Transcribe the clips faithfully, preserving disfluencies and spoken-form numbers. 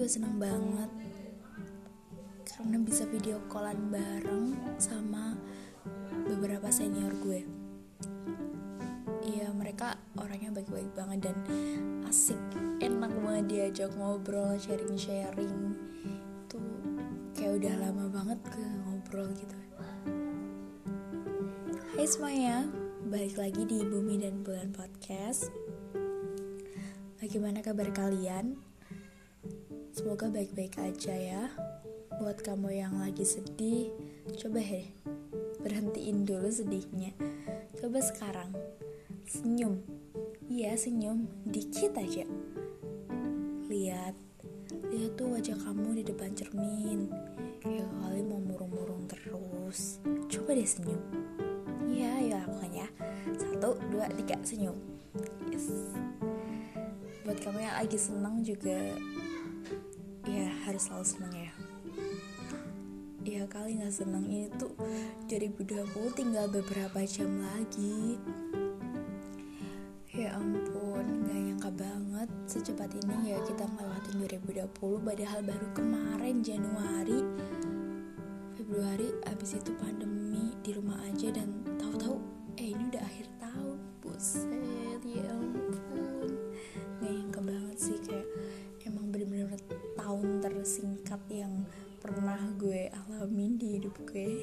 gue seneng banget karena bisa video callan bareng sama beberapa senior gue. Iya, mereka orangnya baik-baik banget dan asik, enak banget diajak ngobrol, sharing-sharing. Tuh kayak udah lama banget ke ngobrol gitu. Hai semuanya, balik lagi di Bumi dan Bulan Podcast. Bagaimana kabar kalian? Semoga baik-baik aja ya. Buat kamu yang lagi sedih, coba deh berhentiin dulu sedihnya. Coba sekarang senyum. Iya, senyum dikit aja. Lihat, lihat tuh wajah kamu di depan cermin. Kayak kali mau murung-murung terus. Coba deh senyum. Iya, ya lakukan ya. Satu, dua, tiga, senyum. Yes. Buat kamu yang lagi senang juga, ya harus selalu senang ya. Ya kali gak senang, ini tuh dua ribu dua puluh tinggal beberapa jam lagi. Ya ampun, gak nyangka banget secepat ini ya kita ngelewatin dua ribu dua puluh. Padahal baru kemarin Januari, Februari, abis itu pandemi di rumah aja. Dan tahu-tahu eh ini udah akhir tahun. Buset, ya ampun, gak nyangka banget sih. Kayak emang bener-bener tahun tersingkat yang pernah gue alamin di hidup gue.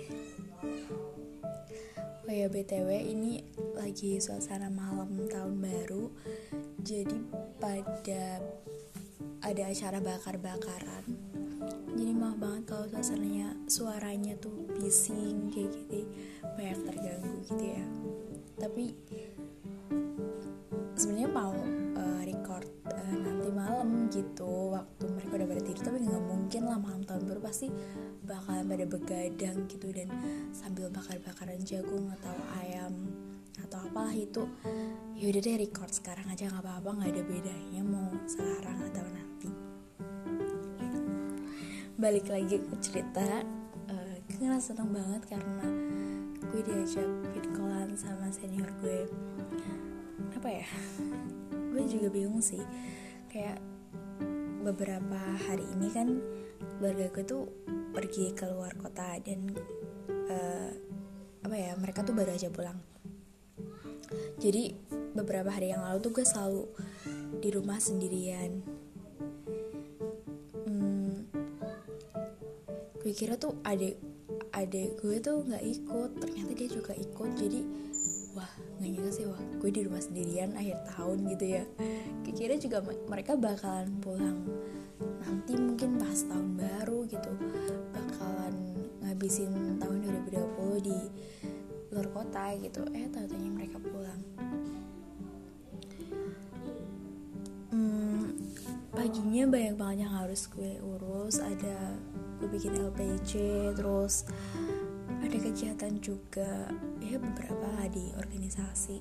Oh ya, B T W ini lagi suasana malam tahun baru. Jadi pada ada acara bakar-bakaran. Jadi maaf banget kalau suasananya, suaranya tuh bising kayak gitu, banyak terganggu gitu ya. Tapi sebenarnya mau uh, record uh, nanti malam gitu, waktu mereka udah pada tidur. Tapi nggak mungkin lah, malam tahun baru pasti bakalan pada begadang gitu dan sambil bakar-bakaran jagung atau ayam atau apalah itu. Yaudah deh, record sekarang aja, nggak apa-apa, nggak ada bedanya mau sekarang atau nanti. Balik lagi ke cerita, uh, gue ngerasa seneng banget karena gue diajak video callan sama senior gue. Apa ya, gue juga bingung sih. Kayak beberapa hari ini kan keluarga gue tuh pergi ke luar kota dan uh, apa ya, mereka tuh baru aja pulang. Jadi beberapa hari yang lalu tuh gue selalu di rumah sendirian. hmm, Gue kira tuh adek adek gue tuh nggak ikut, ternyata dia juga ikut. Jadi wah, nggak nyangka sih, wah gue di rumah sendirian akhir tahun gitu ya. Kira juga mereka bakalan pulang nanti mungkin pas tahun baru gitu, bakalan ngabisin tahun dua ribu dua puluh di luar kota gitu. Eh tahu-tahunya mereka pulang. hmm, Paginya banyak banget yang harus gue urus. Ada gue bikin L P C, terus ada kegiatan juga ya, beberapa lah di organisasi.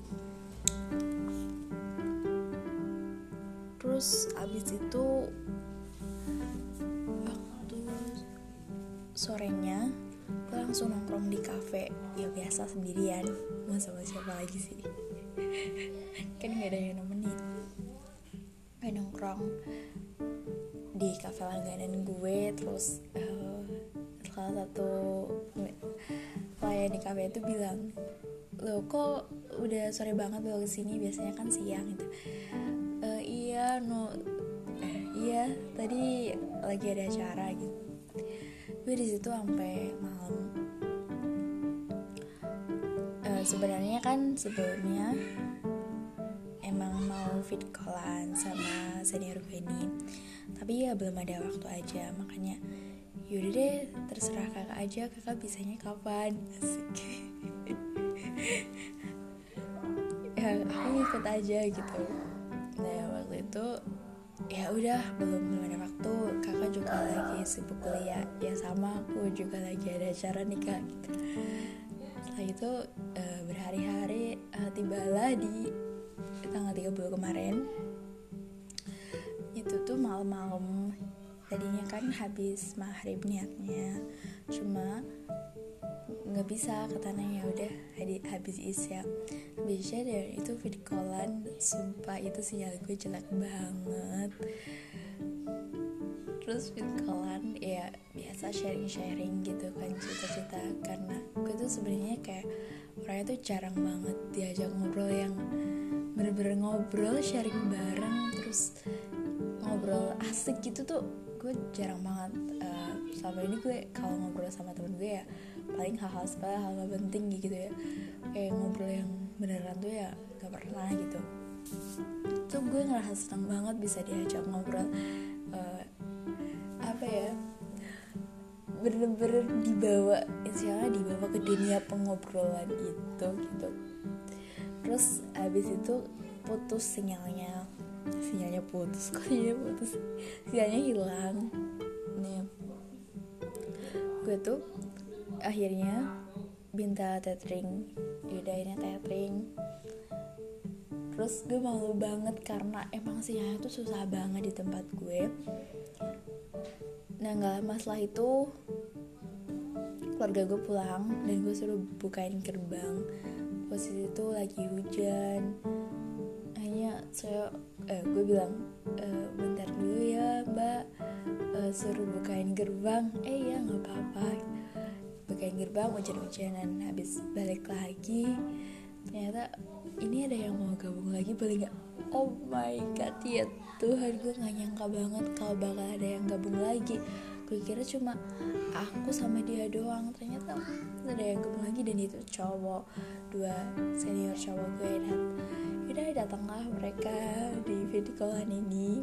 Terus abis itu waktu sorenya gue langsung nongkrong di kafe. Ya biasa sendirian, mau sama siapa lagi sih. Kan gak ada yang nemenin. Gue nongkrong di kafe langganan gue. Terus uh, salah satu pelayan di kafe itu bilang, "Loh kok udah sore banget bawa kesini, biasanya kan siang gitu." E, iya no eh, iya tadi lagi ada acara gitu. Gue di situ sampai malam. E, sebenarnya kan sebelumnya emang mau video callan sama senior gue ini, tapi ya belum ada waktu aja. Makanya yaudah deh, terserah kakak aja, kakak bisanya kapan. Asik. Ya aku ikut aja gitu. Nah waktu itu ya udah, belum belum ada waktu, kakak juga lagi sibuk kuliah. Ya sama, aku juga lagi ada acara nih kak gitu. Setelah itu uh, berhari-hari uh, tibalah di tanggal tiga puluh kemarin. Itu tuh malam-malam. Tadinya kan habis maghrib niatnya, cuma nggak bisa, katanya ya udah habis isya. Habis isya dan itu video callan. Sumpah itu sinyal gue jelek banget. Terus fitkolan ya biasa sharing-sharing gitu kan, cerita-cerita. Karena gue tuh sebenarnya kayak orangnya tuh jarang banget diajak ngobrol yang bener-bener ngobrol sharing bareng terus ngobrol asik gitu tuh gue jarang banget. Uh, selama ini gue kalau ngobrol sama temen gue ya paling hal-hal sepele, hal-hal penting gitu ya, kayak ngobrol yang beneran tuh ya gak pernah gitu. Tuh gue ngerasa senang banget bisa diajak ngobrol, uh, apa ya, bener-bener dibawa, intinya dibawa ke dunia pengobrolan itu gitu. Terus abis itu putus sinyalnya, sinyalnya putus, kok sinyalnya putus, sinyalnya hilang. Nih, gue tuh akhirnya minta tethering, yaudah ini tethering. Terus gue malu banget karena emang sinyalnya tuh susah banget di tempat gue. Nah gak lama setelah itu keluarga gue pulang dan gue suruh bukain gerbang. Posisi itu lagi hujan. Hanya saya, eh, gue bilang e, bentar dulu ya mbak, e, suruh bukain gerbang. Eh ya nggak apa-apa. Bukain gerbang, hujan-hujanan. Habis balik lagi, ternyata ini ada yang mau gabung lagi, boleh nggak? Oh my god ya Tuhan, gue nggak nyangka banget kalau bakal ada yang gabung lagi. Gue kira cuma aku sama dia doang, ternyata ada yang gabung lagi dan itu cowok, dua senior cowok gue. Dan udah datanglah mereka di video callan ini.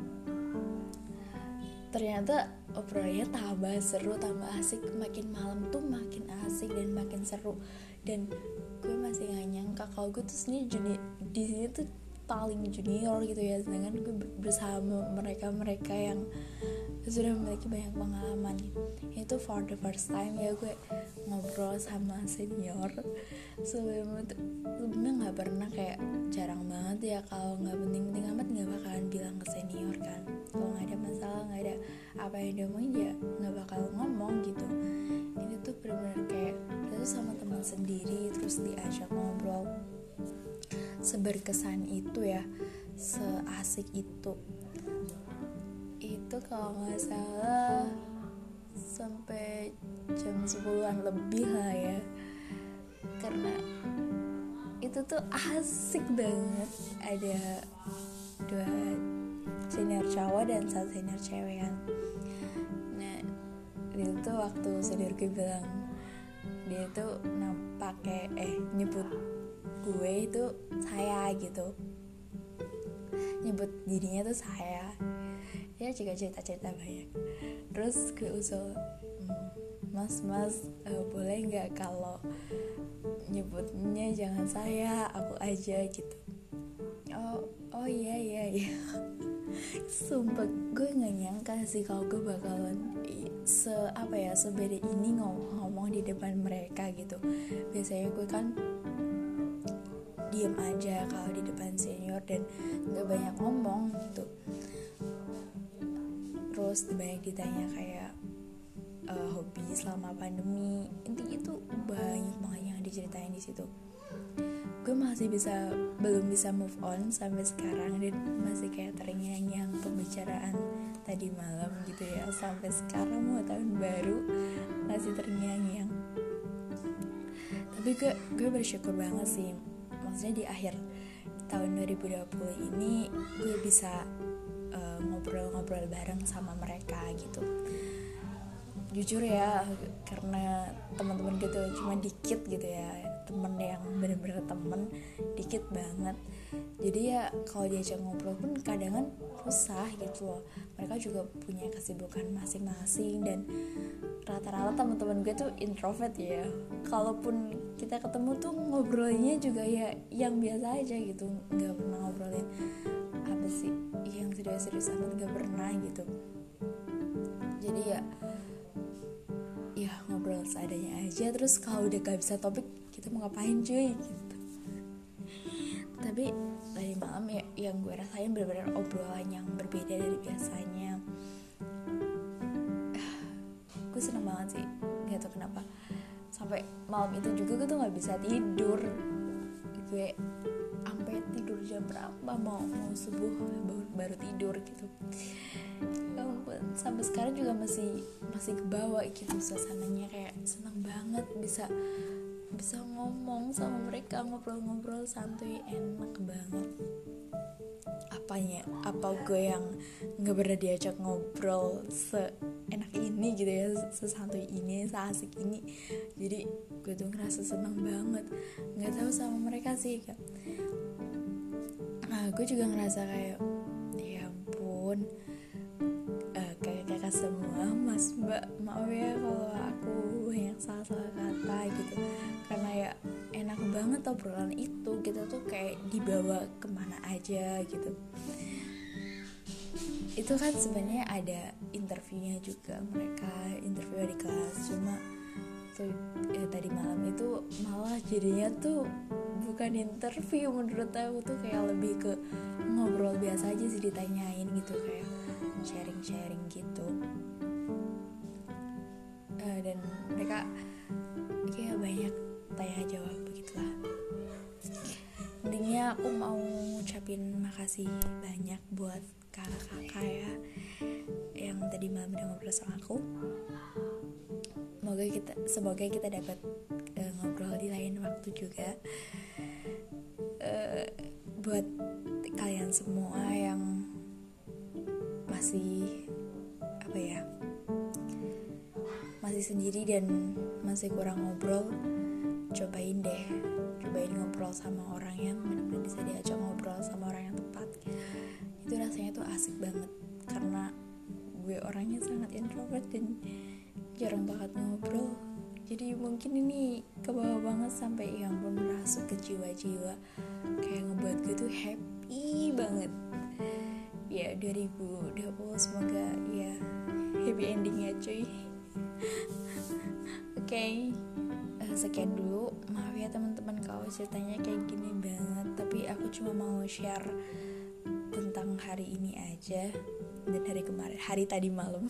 Ternyata obrolannya tambah seru, tambah asik, makin malam tuh makin asik dan makin seru. Dan gue masih gak nyangka kalau gue tuh sini juni, di sini tuh paling junior gitu ya, sedangkan gue bersama mereka-mereka yang sudah memiliki banyak pengalaman. Itu for the first time ya gue ngobrol sama senior. Sebelumnya tuh sebelumnya nggak pernah, kayak jarang banget ya, kalau nggak penting-penting amat nggak bakalan bilang ke senior kan. Kalau nggak ada masalah, nggak ada apa yang diomongin ya nggak bakal ngomong gitu. Ini tuh benar-benar kayak kita tuh sama teman sendiri terus diajak ngobrol. Seberkesan itu ya, seasik itu. Itu kalau nggak salah sampai jam sepuluhan lebih lah ya, karena itu tuh asik banget. Ada dua senior cowok dan satu senior cewek kan. Nah itu tuh waktu senior gue bilang, dia tuh pakai eh nyebut gue itu saya gitu, nyebut dirinya tuh saya. Dia juga cerita-cerita banyak. Terus gue usul, mas mas uh, boleh nggak kalau nyebutnya jangan saya, aku aja gitu. Oh oh iya iya iya. Sumpah gue nggak nyangka sih kalau gue bakalan se apa ya sebeda ini ngomong, ngomong di depan mereka gitu. Biasanya gue kan diem aja kalau di depan senior dan nggak banyak ngomong gitu. Terus banyak ditanya kayak uh, hobi selama pandemi, intinya tuh banyak banget yang diceritain di situ. Gue masih bisa belum bisa move on sampai sekarang dan masih kayak terngiang-ngiang pembicaraan tadi malam gitu ya. Sampai sekarang mau tahun baru masih terngiang-ngiang. Tapi gue gue bersyukur banget sih. Maksudnya di akhir tahun dua ribu dua puluh ini gue bisa uh, ngobrol-ngobrol bareng sama mereka gitu. Jujur ya, karena teman-teman gitu cuma dikit gitu ya, temen yang bener-bener temen dikit banget. Jadi ya kalau diajak ngobrol pun kadang kan susah gitu loh. Mereka juga punya kesibukan masing-masing dan rata-rata teman-teman gue tuh introvert ya. Kalaupun kita ketemu tuh ngobrolnya juga ya yang biasa aja gitu, nggak pernah ngobrolin apa sih yang serius-serius amat, nggak pernah gitu. Jadi ya ya ngobrol seadanya aja. Terus kalau udah gak bisa topik, kita mau ngapain cuy gitu. Tapi tadi malam ya yang gue rasain benar-benar obrolan yang berbeda dari biasanya. Gue seneng banget sih, gak tau kenapa sampai malam itu juga gue tuh gak bisa tidur. Gue sampai tidur jam jam berapa, mau mau subuh baru, baru tidur gitu. Ya ampun, sampai sekarang juga masih masih kebawa gitu suasananya, kayak seneng banget bisa bisa ngomong sama mereka, ngobrol-ngobrol santuy, enak banget. Apanya, apa gue yang nggak pernah diajak ngobrol seenak ini gitu ya, sesantuy ini, seasik ini. Jadi gue tuh ngerasa seneng banget. Nggak tahu sama mereka sih kan. Nah, gue juga ngerasa kayak ya ampun, uh, kakak-kakak semua, mas mbak, maaf ya kalau aku banyak salah-salah kata gitu, karena ya enak banget obrolan itu, kita tuh kayak dibawa kemana aja gitu. Itu kan sebenarnya ada interviewnya juga, mereka interview di kelas, cuma tuh ya, tadi malam itu malah jadinya tuh bukan interview, menurut aku tuh kayak lebih ke ngobrol biasa aja sih, ditanyain gitu, kayak sharing-sharing gitu. Uh, dan mereka kayak banyak tanya jawab begitulah. Intinya aku mau ngucapin makasih banyak buat kakak-kakak ya yang tadi malam udah ngobrol sama aku. Semoga kita semoga kita dapat uh, ngobrol di lain waktu juga. Uh, buat kalian semua yang masih apa ya, masih sendiri dan masih kurang ngobrol, cobain deh, cobain ngobrol sama orang yang benar-benar bisa diajak ngobrol, sama orang yang tepat. Itu rasanya tuh asik banget, karena gue orangnya sangat introvert dan jarang banget ngobrol. Jadi mungkin ini kebawa banget sampai ya ampun, merasuk ke jiwa-jiwa, kayak ngebuat gue tuh happy banget. Ya dua ribu dua puluh semoga ya happy ending ya cuy. Oke, okay. uh, sekian dulu. Maaf ya teman-teman kalau ceritanya kayak gini banget, tapi aku cuma mau share tentang hari ini aja dan hari kemarin, hari tadi malam.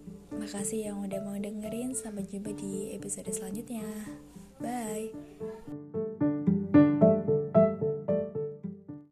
Makasih yang udah mau dengerin. Sampai jumpa di episode selanjutnya. Bye.